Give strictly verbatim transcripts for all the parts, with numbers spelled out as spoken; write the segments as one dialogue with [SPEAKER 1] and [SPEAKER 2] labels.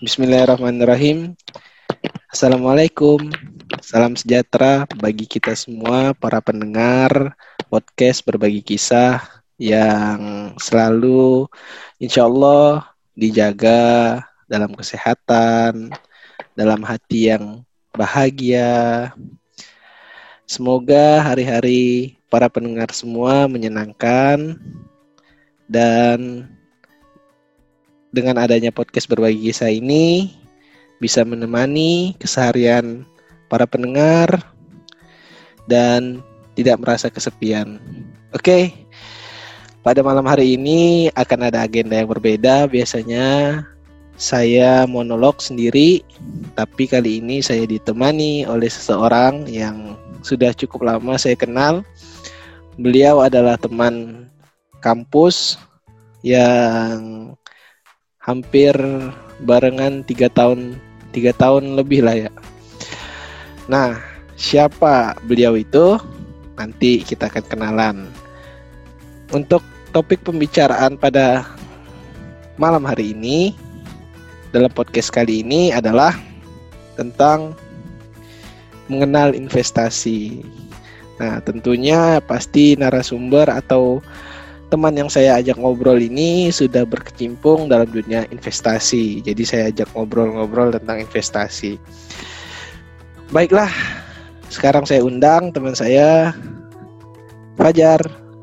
[SPEAKER 1] Bismillahirrahmanirrahim. Assalamualaikum. Salam sejahtera bagi kita semua para pendengar podcast Berbagi Kisah yang selalu insya Allah dijaga dalam kesehatan, dalam hati yang bahagia. Semoga hari-hari para pendengar semua menyenangkan dan dengan adanya podcast Berbagi Kisah ini bisa menemani keseharian para pendengar dan tidak merasa kesepian. Oke, pada malam hari ini akan ada agenda yang berbeda. Biasanya saya monolog sendiri, tapi kali ini saya ditemani oleh seseorang yang sudah cukup lama saya kenal. Beliau adalah teman kampus yang hampir barengan tiga tahun tiga tahun lebih lah ya. Nah, siapa beliau itu? Nanti kita akan kenalan. Untuk topik pembicaraan pada malam hari ini dalam podcast kali ini adalah tentang mengenal investasi. Nah, tentunya pasti narasumber atau teman yang saya ajak ngobrol ini sudah berkecimpung dalam dunia investasi. Jadi saya ajak ngobrol-ngobrol tentang investasi. Baiklah, sekarang saya undang teman saya, Fajar.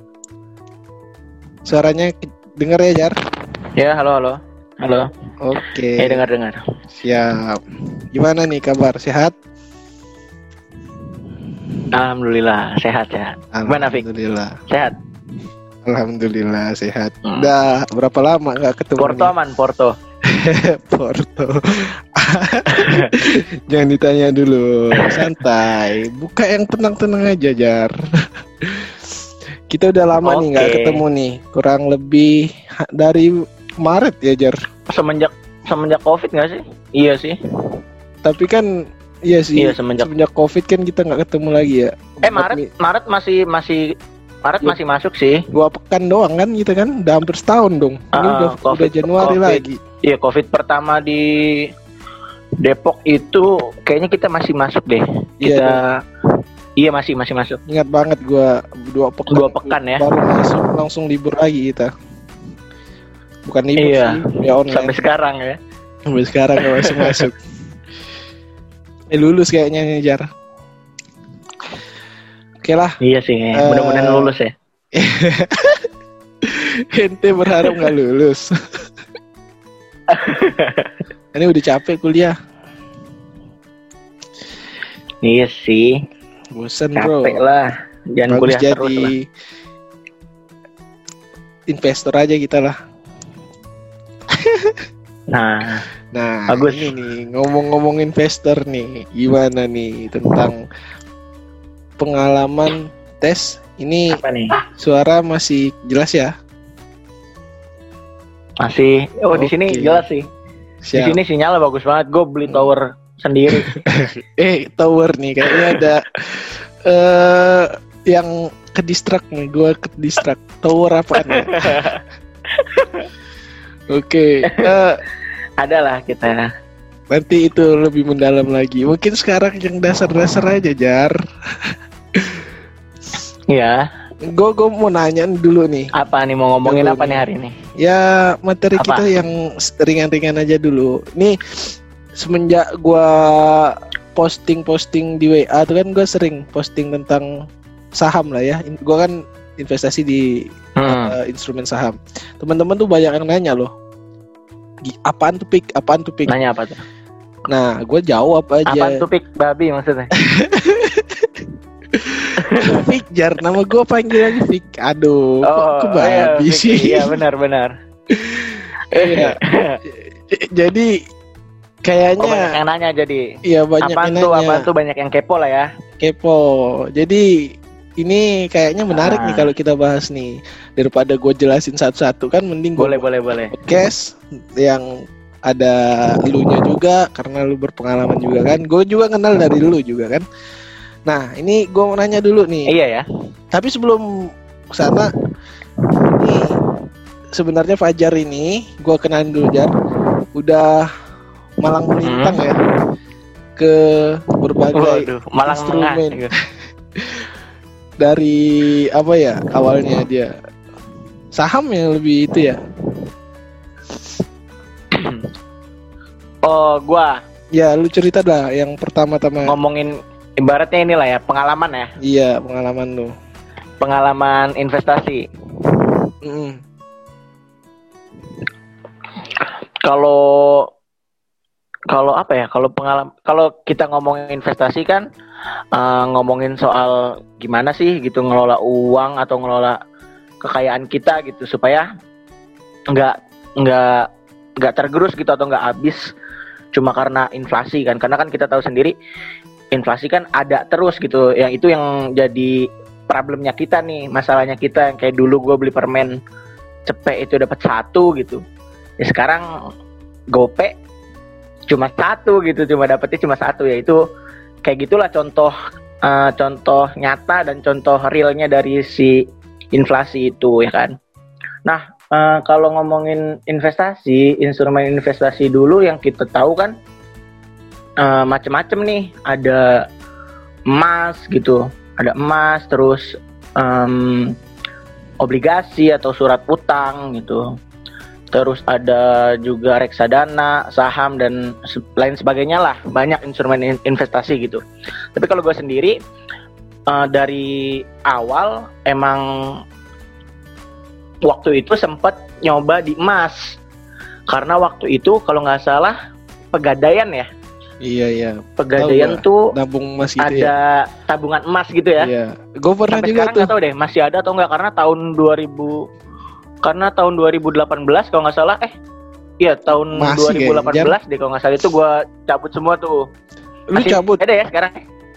[SPEAKER 1] Suaranya dengar ya, Jar?
[SPEAKER 2] Ya, halo, halo. Halo.
[SPEAKER 1] Oke.
[SPEAKER 2] Eh, dengar-dengar.
[SPEAKER 1] Siap. Gimana nih kabar? Sehat?
[SPEAKER 2] Alhamdulillah, sehat ya. Gimana, Fik?
[SPEAKER 1] Alhamdulillah.
[SPEAKER 2] Sehat?
[SPEAKER 1] Alhamdulillah sehat.
[SPEAKER 2] Hmm.
[SPEAKER 1] Udah berapa lama nggak ketemu?
[SPEAKER 2] Porto
[SPEAKER 1] nih?
[SPEAKER 2] aman, Porto.
[SPEAKER 1] Porto. Jangan ditanya dulu. Santai. Buka yang tenang-tenang aja, Jar. Kita udah lama
[SPEAKER 2] Oke.
[SPEAKER 1] nih nggak ketemu nih. Kurang lebih dari Maret ya, Jar.
[SPEAKER 2] Semenjak semenjak Covid nggak sih? Iya sih.
[SPEAKER 1] Tapi kan iya sih.
[SPEAKER 2] Iya, semenjak-
[SPEAKER 1] semenjak Covid kan kita nggak ketemu lagi ya.
[SPEAKER 2] Eh, Maret, Maret masih masih Maret
[SPEAKER 1] Ya.
[SPEAKER 2] masih masuk sih.
[SPEAKER 1] Dua pekan doang kan gitu kan. Udah hampir setahun dong. Ini
[SPEAKER 2] Ah,
[SPEAKER 1] udah,
[SPEAKER 2] COVID,
[SPEAKER 1] udah Januari
[SPEAKER 2] COVID.
[SPEAKER 1] lagi.
[SPEAKER 2] Iya, Covid pertama di Depok itu kayaknya kita masih masuk deh.
[SPEAKER 1] Iya,
[SPEAKER 2] Kita Iya, masih masih masuk.
[SPEAKER 1] Ingat banget gua dua pekan.
[SPEAKER 2] Dua pekan ya.
[SPEAKER 1] Baru masuk langsung libur lagi kita. Bukan libur
[SPEAKER 2] Iya.
[SPEAKER 1] sih, ya online.
[SPEAKER 2] Sampai sekarang ya.
[SPEAKER 1] Sampai sekarang gak masuk masuk. Eh lulus kayaknya nih, Jar. Oke lah.
[SPEAKER 2] Iya sih,
[SPEAKER 1] Eh,
[SPEAKER 2] mudah-mudahan lulus ya.
[SPEAKER 1] Ente berharap nggak lulus. Ini udah capek kuliah.
[SPEAKER 2] Iya sih.
[SPEAKER 1] Bosan bro.
[SPEAKER 2] Capek lah. Jangan
[SPEAKER 1] Bagus
[SPEAKER 2] kuliah
[SPEAKER 1] jadi
[SPEAKER 2] terus lah.
[SPEAKER 1] investor aja kita lah.
[SPEAKER 2] Nah,
[SPEAKER 1] Nah,
[SPEAKER 2] bagus.
[SPEAKER 1] ini nih ngomong-ngomong investor nih, gimana nih tentang pengalaman tes? Ini
[SPEAKER 2] apa nih?
[SPEAKER 1] suara masih jelas ya?
[SPEAKER 2] Masih. Oh, di sini
[SPEAKER 1] Oke.
[SPEAKER 2] jelas sih. Di
[SPEAKER 1] Siap.
[SPEAKER 2] sini sinyalnya bagus banget. Gue beli tower sendiri.
[SPEAKER 1] Eh, tower nih kayaknya ada eh yang ke distract nih, gua ke distract. Tower apaan ya? Oke, eh,
[SPEAKER 2] Adalah kita.
[SPEAKER 1] nanti itu lebih mendalam lagi. Mungkin sekarang yang dasar-dasar aja, Jar.
[SPEAKER 2] Iya.
[SPEAKER 1] Gue gue mau nanya dulu nih.
[SPEAKER 2] Apa nih mau ngomongin
[SPEAKER 1] Dulu
[SPEAKER 2] apa
[SPEAKER 1] nih.
[SPEAKER 2] nih hari ini?
[SPEAKER 1] Ya materi
[SPEAKER 2] Apa?
[SPEAKER 1] kita yang ringan-ringan aja dulu. Nih semenjak gua posting-posting di W A tuh kan gue sering posting tentang saham lah ya. In- Gua kan investasi di
[SPEAKER 2] Hmm.
[SPEAKER 1] uh, instrumen saham. Teman-teman tuh banyak yang nanya loh. Gi- Apaan tuh pik? Apaan tuh pik?
[SPEAKER 2] Nanya apa tuh?
[SPEAKER 1] Nah, gue jawab aja.
[SPEAKER 2] Apaan tuh pik babi maksudnya?
[SPEAKER 1] Fik Jar, nama gue panggil aja Fik. Aduh, kok ke
[SPEAKER 2] iya,
[SPEAKER 1] babi
[SPEAKER 2] Fik.
[SPEAKER 1] sih?
[SPEAKER 2] Iya, benar-benar.
[SPEAKER 1] Iya. Jadi
[SPEAKER 2] Oh,
[SPEAKER 1] kayaknya
[SPEAKER 2] banyak yang nanya jadi.
[SPEAKER 1] iya banyak
[SPEAKER 2] Apaan
[SPEAKER 1] yang
[SPEAKER 2] tuh?
[SPEAKER 1] nanya.
[SPEAKER 2] Apaan tuh banyak yang kepo lah ya.
[SPEAKER 1] Kepo. Jadi ini kayaknya menarik
[SPEAKER 2] Ah.
[SPEAKER 1] nih kalau kita bahas nih. Daripada gue jelasin satu-satu kan mending gue
[SPEAKER 2] Boleh, boleh, boleh.
[SPEAKER 1] podcast yang ada elunya juga karena lu berpengalaman juga kan. Gue juga kenal dari lu juga kan. Nah, ini gue mau nanya dulu nih.
[SPEAKER 2] Iya ya.
[SPEAKER 1] Tapi sebelum kesana, nih sebenarnya Fajar ini gue kenalin dulu Jar. Udah malang melintang hmm. ya ke berbagai
[SPEAKER 2] Waduh, malang
[SPEAKER 1] instrumen.
[SPEAKER 2] Mengah.
[SPEAKER 1] Dari apa ya awalnya dia saham yang lebih itu ya.
[SPEAKER 2] Oh, gua.
[SPEAKER 1] Ya, lu cerita dah yang pertama-tama.
[SPEAKER 2] Ngomongin ibaratnya inilah ya, pengalaman ya.
[SPEAKER 1] Iya, pengalaman lu.
[SPEAKER 2] Pengalaman investasi.
[SPEAKER 1] Mm.
[SPEAKER 2] Kalau kalau apa ya? Kalau pengalaman, kalau kita ngomongin investasi kan uh, ngomongin soal gimana sih gitu ngelola uang atau ngelola kekayaan kita gitu supaya nggak nggak nggak tergerus gitu atau nggak habis cuma karena inflasi kan, karena kan kita tahu sendiri inflasi kan ada terus gitu, yang itu yang jadi problemnya kita nih, masalahnya kita yang kayak dulu gue beli permen cepet itu dapat satu gitu, ya sekarang gope cuma satu gitu, cuma dapetnya cuma satu, ya itu kayak gitulah contoh uh, contoh nyata dan contoh realnya dari si inflasi itu ya kan. Nah Uh, kalau ngomongin investasi, instrumen investasi dulu yang kita tahu kan uh, macam-macam nih, ada emas gitu, ada emas, terus um, obligasi atau surat utang gitu, terus ada juga reksadana, saham dan se- lain sebagainya lah, banyak instrumen in- investasi gitu. Tapi kalau gue sendiri uh, dari awal emang waktu itu sempat nyoba di emas, karena waktu itu kalau nggak salah pegadaian ya.
[SPEAKER 1] Iya iya.
[SPEAKER 2] Pegadaian tuh
[SPEAKER 1] nabung emas gitu
[SPEAKER 2] ada
[SPEAKER 1] ya?
[SPEAKER 2] Tabungan emas gitu ya.
[SPEAKER 1] Iya. Gue pernah
[SPEAKER 2] sampai
[SPEAKER 1] juga
[SPEAKER 2] sekarang
[SPEAKER 1] tuh.
[SPEAKER 2] Nggak tahu deh masih ada atau nggak, karena tahun dua ribu karena tahun dua ribu delapan belas kalau nggak salah eh iya tahun
[SPEAKER 1] masih
[SPEAKER 2] dua ribu delapan belas
[SPEAKER 1] kayak,
[SPEAKER 2] deh kalau nggak salah itu gue cabut semua tuh.
[SPEAKER 1] Lu
[SPEAKER 2] masih
[SPEAKER 1] cabut?
[SPEAKER 2] Ada ya sekarang?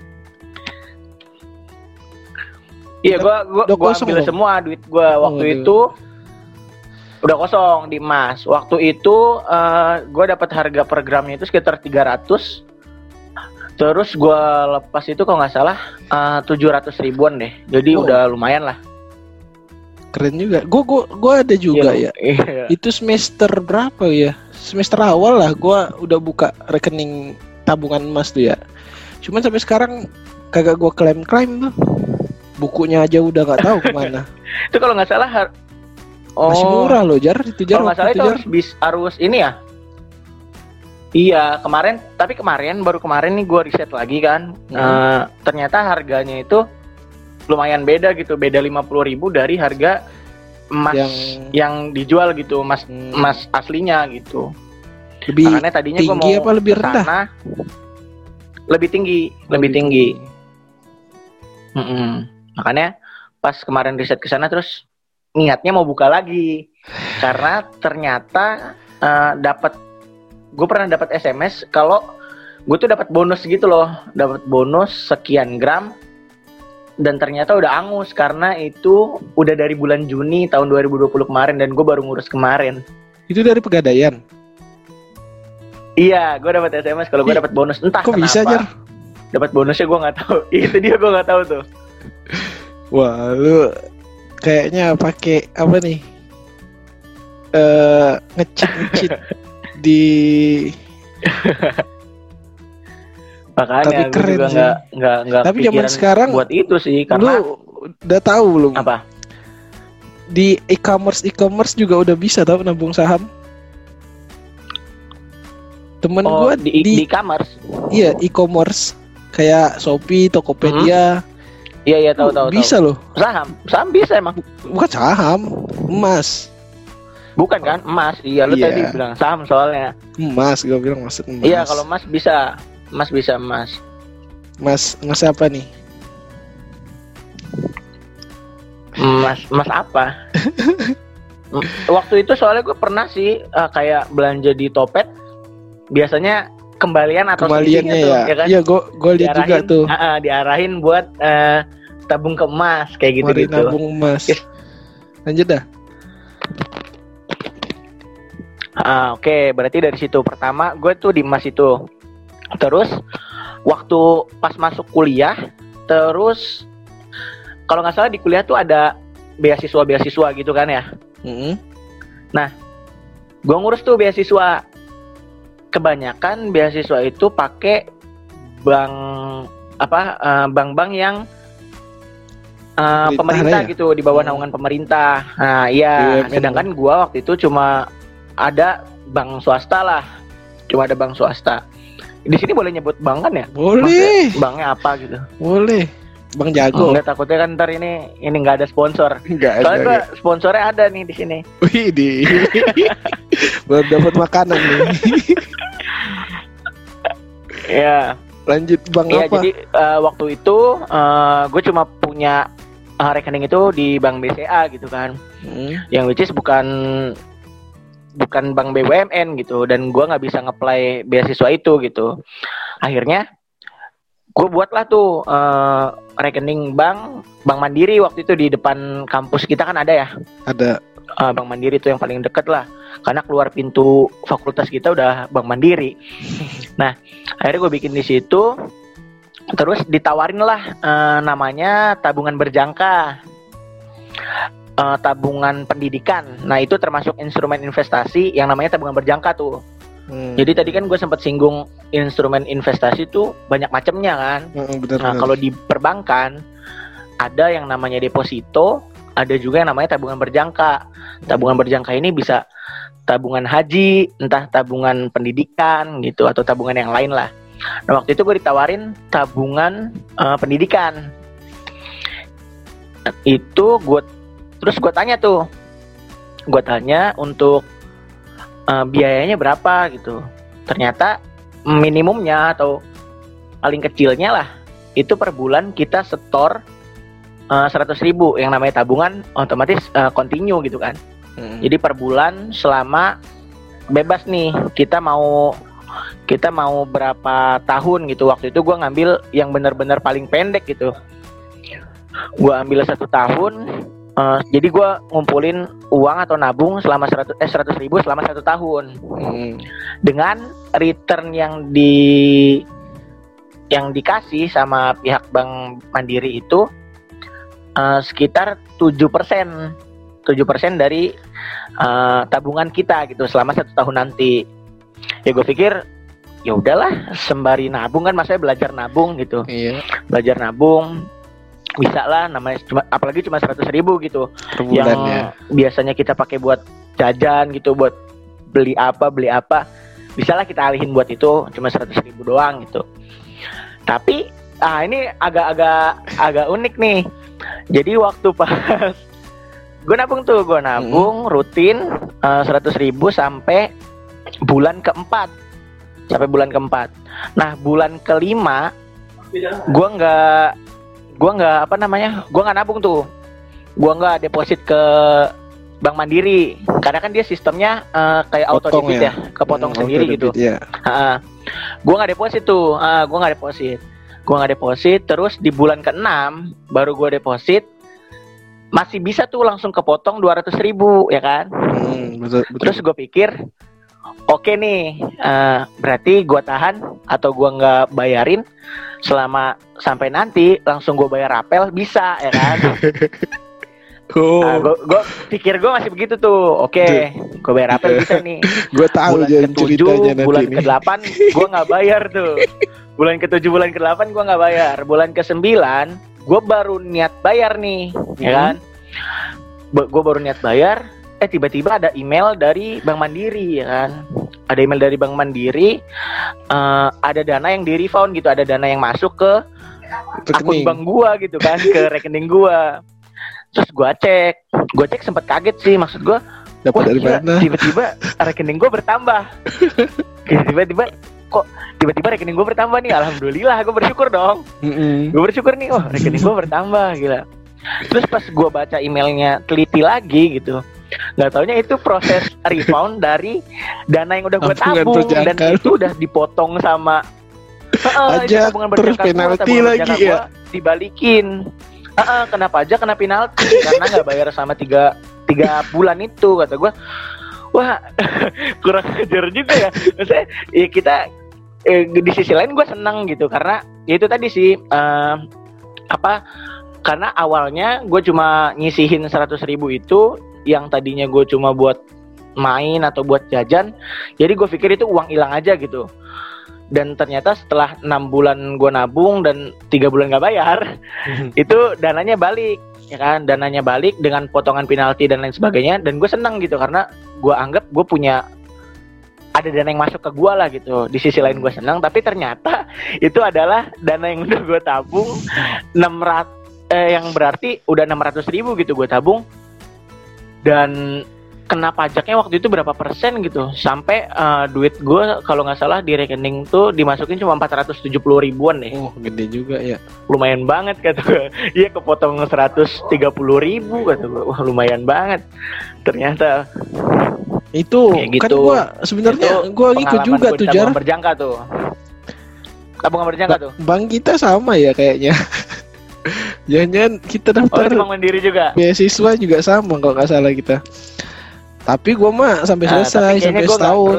[SPEAKER 2] Iya, gue gue gue ambil dong semua duit gue waktu oh, itu udah kosong di emas. Waktu itu uh, gue dapat harga per gramnya itu sekitar tiga ratus. Terus gue lepas itu kalau nggak salah uh, tujuh ratus ribuan deh. Jadi oh, udah lumayan lah.
[SPEAKER 1] Keren juga. Gue gue gue ada juga iya, ya. Iya. Itu semester berapa ya? Semester awal lah. Gue udah buka rekening tabungan emas tuh ya. Cuman sampai sekarang kagak gue klaim-klaim tuh. Bukunya aja udah nggak tahu kemana.
[SPEAKER 2] Itu kalau nggak salah har-
[SPEAKER 1] oh, masih murah loh Jar. Itu Jar.
[SPEAKER 2] Kalau nggak salah itu harus bis harus ini ya. Iya kemarin, tapi kemarin baru kemarin nih gue riset lagi kan. Hmm. Uh, ternyata harganya itu lumayan beda gitu, beda lima puluh ribu dari harga emas yang, yang dijual gitu, emas hmm. emas aslinya gitu.
[SPEAKER 1] Lebih
[SPEAKER 2] makanya tadinya gue mau
[SPEAKER 1] apa lebih rendah?
[SPEAKER 2] Kesana, lebih tinggi, lebih, lebih tinggi. tinggi. Mm-mm. Makanya pas kemarin riset ke sana terus niatnya mau buka lagi karena ternyata uh, dapat gue pernah dapat S M S kalau gue tuh dapat bonus gitu loh, dapat bonus sekian gram dan ternyata udah angus karena itu udah dari bulan Juni tahun dua ribu dua puluh kemarin dan gue baru ngurus kemarin.
[SPEAKER 1] Itu dari Pegadaian?
[SPEAKER 2] Iya, gue dapat S M S kalau gue dapat bonus, entah
[SPEAKER 1] kok
[SPEAKER 2] kenapa.
[SPEAKER 1] Bisa Jar?
[SPEAKER 2] Dapat bonusnya gue nggak tahu. Itu dia gue nggak tahu tuh.
[SPEAKER 1] Wah, lu kayaknya pakai apa nih? Eh, uh, ngecit-ngecit di.
[SPEAKER 2] Makanya
[SPEAKER 1] tapi keren
[SPEAKER 2] juga
[SPEAKER 1] sih.
[SPEAKER 2] Nggak, nggak, nggak
[SPEAKER 1] tapi zaman sekarang
[SPEAKER 2] buat itu sih karena
[SPEAKER 1] lu udah tahu belum?
[SPEAKER 2] Apa?
[SPEAKER 1] Di e-commerce e-commerce juga udah bisa tahu nabung saham. Temen
[SPEAKER 2] oh,
[SPEAKER 1] gua
[SPEAKER 2] di,
[SPEAKER 1] di,
[SPEAKER 2] di e-commerce.
[SPEAKER 1] Iya, e-commerce kayak Shopee, Tokopedia.
[SPEAKER 2] Hmm. Iya iya tahu tahu.
[SPEAKER 1] Bisa
[SPEAKER 2] tahu.
[SPEAKER 1] loh.
[SPEAKER 2] Saham, saham bisa emang.
[SPEAKER 1] Bukan saham, emas.
[SPEAKER 2] Bukan kan emas? Iya lu
[SPEAKER 1] iya.
[SPEAKER 2] tadi bilang saham soalnya.
[SPEAKER 1] Emas, gue bilang maksud emas.
[SPEAKER 2] Iya kalau emas bisa, emas bisa emas.
[SPEAKER 1] Emas, emas apa nih?
[SPEAKER 2] Emas, emas apa? Waktu itu soalnya gue pernah sih uh, kayak belanja di Topet, biasanya kembalian atau
[SPEAKER 1] kembaliannya ya,
[SPEAKER 2] tuh, ya kan?
[SPEAKER 1] Iya, gue gue lihat juga tuh.
[SPEAKER 2] Uh, uh, diarahin buat uh, tabung ke emas kayak gitu gitu.
[SPEAKER 1] Tabung emas. Yes. Lanjut dah.
[SPEAKER 2] Uh, Oke, okay. Berarti dari situ pertama gue tuh di emas itu. Terus waktu pas masuk kuliah, terus kalau nggak salah di kuliah tuh ada beasiswa-beasiswa gitu kan ya.
[SPEAKER 1] Mm-hmm.
[SPEAKER 2] Nah, gue ngurus tuh beasiswa. kebanyakan beasiswa itu pakai bank apa uh, bank-bank yang uh, pemerintah ya? Gitu, di bawah naungan hmm. pemerintah. Nah, iya, sedangkan gua waktu itu cuma ada bank swasta lah. Cuma ada bank swasta. Di sini boleh nyebut bank kan ya?
[SPEAKER 1] Boleh.
[SPEAKER 2] Maksudnya, banknya apa gitu?
[SPEAKER 1] Boleh. Bang Jago.
[SPEAKER 2] Enggak, takutnya kan ntar ini ini nggak ada sponsor.
[SPEAKER 1] Enggak ada.
[SPEAKER 2] Soalnya gua sponsornya ada nih di sini.
[SPEAKER 1] Wih, di. Baru dapat makanan nih.
[SPEAKER 2] Ya.
[SPEAKER 1] Lanjut bang
[SPEAKER 2] ya,
[SPEAKER 1] apa?
[SPEAKER 2] Jadi uh, waktu itu uh, gue cuma punya uh, rekening itu di Bank B C A gitu kan. Hmm. Yang which is bukan bukan bank B U M N gitu, dan gue nggak bisa nge-apply beasiswa itu gitu. Akhirnya gue buatlah tuh uh, rekening bank Bank Mandiri waktu itu di depan kampus kita kan ada ya.
[SPEAKER 1] Ada.
[SPEAKER 2] Uh, Bank Mandiri itu yang paling deket lah, karena keluar pintu fakultas kita udah Bank Mandiri. Nah, akhirnya gue bikin di situ, terus ditawarin lah uh, namanya tabungan berjangka, uh, tabungan pendidikan. Nah, itu termasuk instrumen investasi yang namanya tabungan berjangka tuh. Hmm. Jadi tadi kan gue sempat singgung instrumen investasi tuh banyak macamnya kan. Hmm, bener, nah, kalau di perbankan ada yang namanya deposito, ada juga yang namanya tabungan berjangka. Tabungan berjangka ini bisa tabungan haji, entah tabungan pendidikan gitu, atau tabungan yang lain lah. Nah, waktu itu gue ditawarin tabungan uh, pendidikan. Itu gue terus gue tanya tuh, gue tanya untuk uh, biayanya berapa gitu. Ternyata minimumnya atau paling kecilnya lah itu per bulan kita setor uh, seratus ribu, yang namanya tabungan otomatis uh, continue gitu kan. Hmm. Jadi per bulan selama bebas nih kita mau kita mau berapa tahun gitu. Waktu itu gue ngambil yang benar-benar paling pendek gitu. Gue ambil satu tahun. Uh, jadi gue ngumpulin uang atau nabung selama seratus eh seratus ribu selama satu tahun. Hmm. Dengan return yang di yang dikasih sama pihak Bank Mandiri itu uh, sekitar tujuh persen. tujuh persen dari uh, tabungan kita gitu selama satu tahun nanti. Ya gue pikir ya udahlah, sembari nabung kan, masanya belajar nabung gitu. Iya. Belajar nabung bisa lah, namanya cuma, apalagi cuma seratus ribu gitu. Per bulan, yang ya. Biasanya kita pakai buat jajan gitu, buat beli apa beli apa, bisa lah kita alihin buat itu, cuma seratus ribu doang gitu. Tapi ah ini agak-agak agak unik nih. Jadi waktu pas gue nabung tuh, gue nabung hmm. rutin uh, seratus ribu sampai bulan keempat, sampai bulan keempat. Nah, bulan kelima gue nggak, gue nggak apa namanya, gue nggak nabung tuh, gue nggak deposit ke Bank Mandiri, karena kan dia sistemnya uh, kayak auto debit ya, ya kepotong hmm, sendiri gitu. Ya. Uh, gue nggak deposit tuh, uh, gue nggak deposit, gue nggak deposit. Terus di bulan keenam baru gue deposit. Masih bisa tuh langsung kepotong dua ratus ribu ya kan. Hmm, betul, betul. Terus gue pikir oke okay nih, uh, berarti gue tahan atau gue gak bayarin selama sampai nanti langsung gue bayar rapel bisa ya kan. Oh. Nah, gue pikir gue masih begitu tuh. Oke, okay, gue bayar rapel bisa nih.
[SPEAKER 1] Gue tahu bulan
[SPEAKER 2] ketujuh, bulan ke delapan gue gak bayar tuh. Bulan ketujuh, bulan ke delapan gue gak bayar. Bulan ke sembilan gue baru niat bayar nih, hmm. ya kan? Ba- gue baru niat bayar, eh tiba-tiba ada email dari Bank Mandiri, ya kan? Ada email dari Bank Mandiri, uh, ada dana yang di refund gitu, ada dana yang masuk ke rekening akun bank gue gitu kan, ke rekening gue. Terus gue cek, gue cek sempat kaget sih, maksud gue,
[SPEAKER 1] dapat dari mana?
[SPEAKER 2] Tiba-tiba rekening gue bertambah, tiba-tiba kok tiba-tiba rekening gue bertambah nih, alhamdulillah, gue bersyukur dong. Mm-hmm. Gue bersyukur nih, oh rekening gue bertambah, gila. Terus pas gue baca emailnya teliti lagi gitu, nggak taunya itu proses refund dari dana yang udah gue tabung, dan itu udah dipotong sama uh,
[SPEAKER 1] aja terus penalti lagi ya,
[SPEAKER 2] dibalikin. Uh, kenapa aja kena penalti karena nggak bayar sama tiga tiga bulan itu, kata gue. Wah, kurang ajar juga ya. Maksudnya ya kita eh, di sisi lain gue senang gitu, karena ya itu tadi sih uh, apa? Karena awalnya gue cuma nyisihin seratus ribu itu, yang tadinya gue cuma buat main atau buat jajan. Jadi gue pikir itu uang hilang aja gitu. Dan ternyata setelah enam bulan gue nabung dan tiga bulan gak bayar, itu dananya balik, ya kan? Dananya balik dengan potongan penalti dan lain sebagainya. Dan gue seneng gitu karena gue anggap gue punya ada dana yang masuk ke gue lah gitu. Di sisi lain gue seneng, tapi ternyata itu adalah dana yang udah gue tabung enam ratus eh, yang berarti udah enam ratus ribu gitu gue tabung. Dan kena pajaknya waktu itu berapa persen gitu, sampai uh, duit gue kalau nggak salah di rekening tuh dimasukin cuma empat ratus tujuh puluh ribuan deh.
[SPEAKER 1] Oh gede juga ya.
[SPEAKER 2] Lumayan banget kata gue. Iya kepotong seratus tiga puluh ribu kata gue. Wah lumayan banget ternyata.
[SPEAKER 1] Itu gitu. Kan gue sebenarnya gue ikut juga tuh Jar.
[SPEAKER 2] Tabungan berjangka tuh. Tabungan berjangka ba- tuh.
[SPEAKER 1] Bank kita sama ya kayaknya. Jangan-jangan kita daftar.
[SPEAKER 2] Oh, bank mandiri juga.
[SPEAKER 1] Beasiswa juga sama kalau nggak salah kita. Tapi gue mah sampai selesai, nah, sampai setahun.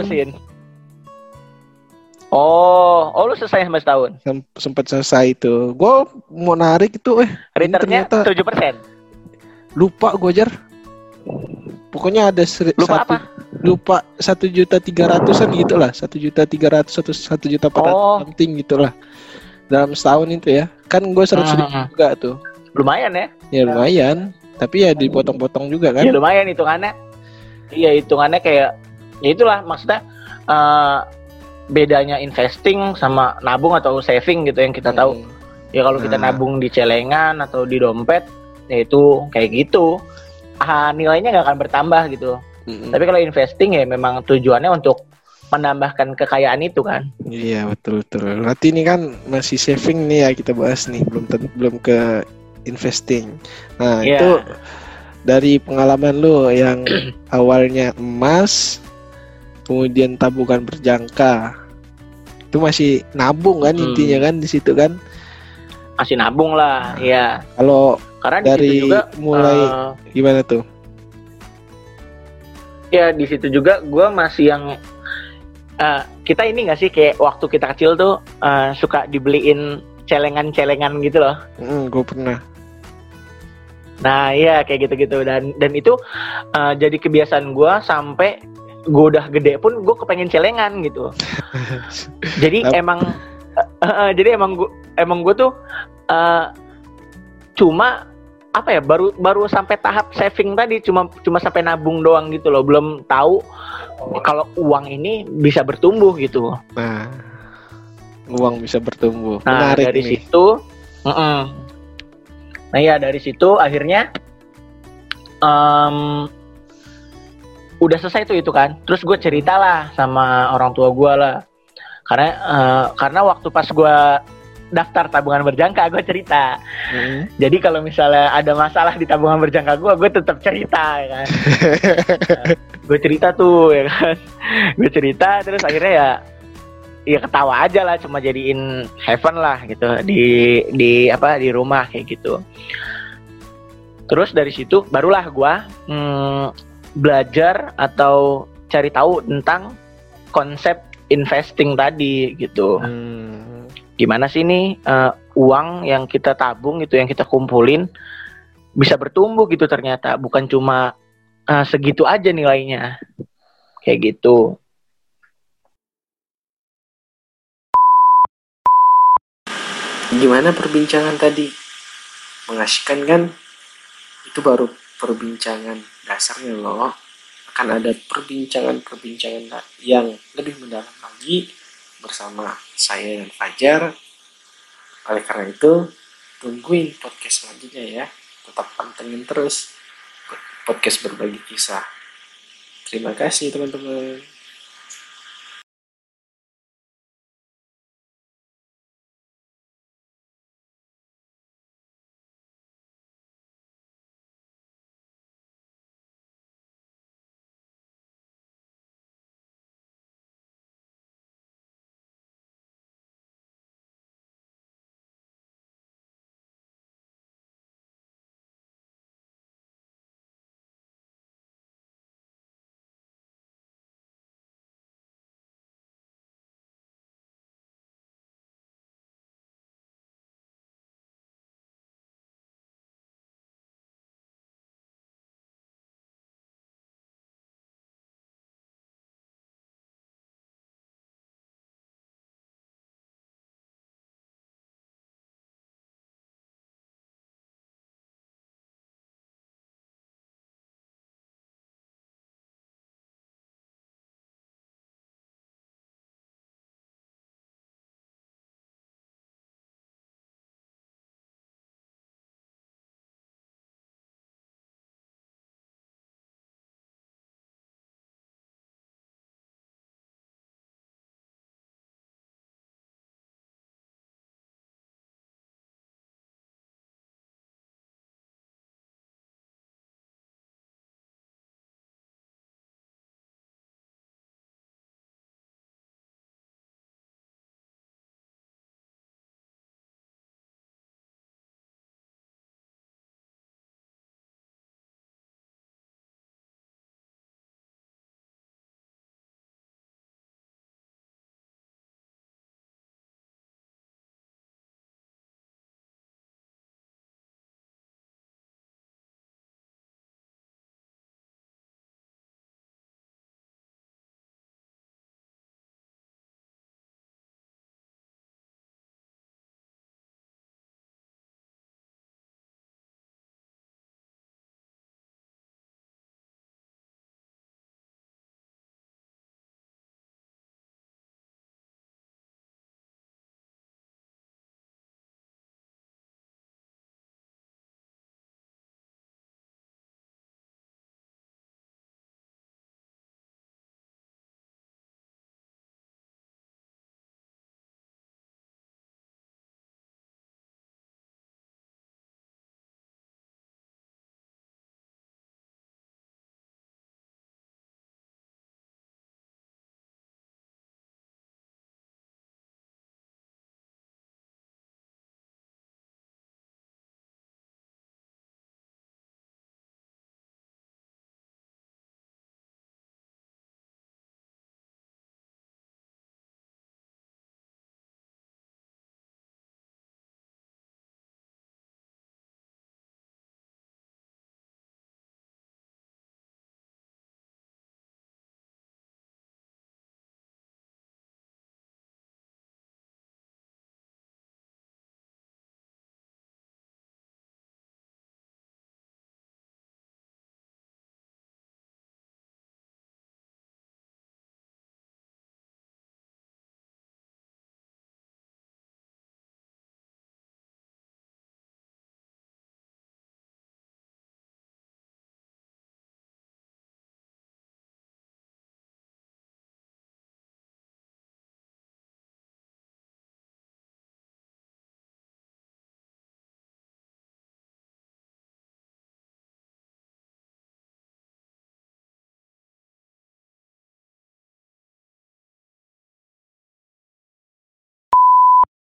[SPEAKER 2] Oh, oh lu selesai sampai setahun?
[SPEAKER 1] Sem- sempat selesai itu. Gue mau narik itu, eh.
[SPEAKER 2] Returnnya tujuh persen.
[SPEAKER 1] Lupa gue Jar. Pokoknya ada seri-
[SPEAKER 2] lupa
[SPEAKER 1] satu,
[SPEAKER 2] apa?
[SPEAKER 1] Lupa satu juta tiga ratusan gitulah, satu juta tiga ratus atau satu juta empat ratus
[SPEAKER 2] oh.
[SPEAKER 1] something gitulah. Dalam setahun itu ya. Kan gue seratus ribu hmm. juga tuh.
[SPEAKER 2] Lumayan ya?
[SPEAKER 1] Ya lumayan. Tapi ya dipotong-potong juga kan?
[SPEAKER 2] Ya lumayan hitungannya. Iya hitungannya kayak ya itulah maksudnya uh, bedanya investing sama nabung atau saving gitu yang kita hmm. tahu. Ya kalau kita nah. nabung di celengan atau di dompet ya itu kayak gitu. Ah, nilainya nggak akan bertambah gitu. Hmm. Tapi kalau investing ya memang tujuannya untuk menambahkan kekayaan itu kan.
[SPEAKER 1] Iya betul betul. Berarti ini kan masih saving nih ya kita bahas nih, belum belum ke investing. Nah yeah. itu dari pengalaman lu yang awalnya emas, kemudian tabungan berjangka, itu masih nabung kan hmm. intinya kan di situ kan?
[SPEAKER 2] Masih nabung lah, nah, ya.
[SPEAKER 1] Kalau
[SPEAKER 2] karena
[SPEAKER 1] dari juga, mulai uh, gimana tuh?
[SPEAKER 2] Ya di situ juga gue masih yang uh, kita ini nggak sih kayak waktu kita kecil tuh uh, suka dibeliin celengan-celengan gitu loh?
[SPEAKER 1] Hmm, gue pernah.
[SPEAKER 2] Nah iya kayak gitu-gitu dan dan itu uh, jadi kebiasaan gue sampai gue udah gede pun gue kepengen celengan gitu. Jadi emang uh, uh, jadi emang gue emang gue tuh uh, cuma apa ya baru baru sampai tahap saving tadi cuma cuma sampai nabung doang gitu loh, belum tahu kalau uang ini bisa bertumbuh gitu.
[SPEAKER 1] Nah uang bisa bertumbuh.
[SPEAKER 2] Nah
[SPEAKER 1] menarik
[SPEAKER 2] dari
[SPEAKER 1] nih.
[SPEAKER 2] situ. Uh-uh. Nah ya dari situ akhirnya um, udah selesai tuh itu kan. Terus gue cerita lah sama orang tua gue lah. Karena uh, karena waktu pas gue daftar tabungan berjangka gue cerita. Hmm. Jadi kalau misalnya ada masalah di tabungan berjangka gue, gue tetap cerita ya kan. uh, gue cerita tuh ya kan. Gue cerita terus akhirnya ya ya ketawa aja lah, cuma jadiin heaven lah gitu di di apa di rumah kayak gitu. Terus dari situ barulah gue hmm, belajar atau cari tahu tentang konsep investing tadi gitu. Hmm. Gimana sih nih uh, uang yang kita tabung itu yang kita kumpulin bisa bertumbuh gitu ternyata, bukan cuma uh, segitu aja nilainya kayak gitu.
[SPEAKER 1] Gimana perbincangan tadi? Mengasihkan kan? Itu baru perbincangan dasarnya loh. Akan ada perbincangan-perbincangan yang lebih mendalam lagi bersama saya dan Fajar. Oleh karena itu, tungguin podcast selanjutnya ya. Tetap pantengin terus podcast berbagi kisah. Terima kasih teman-teman.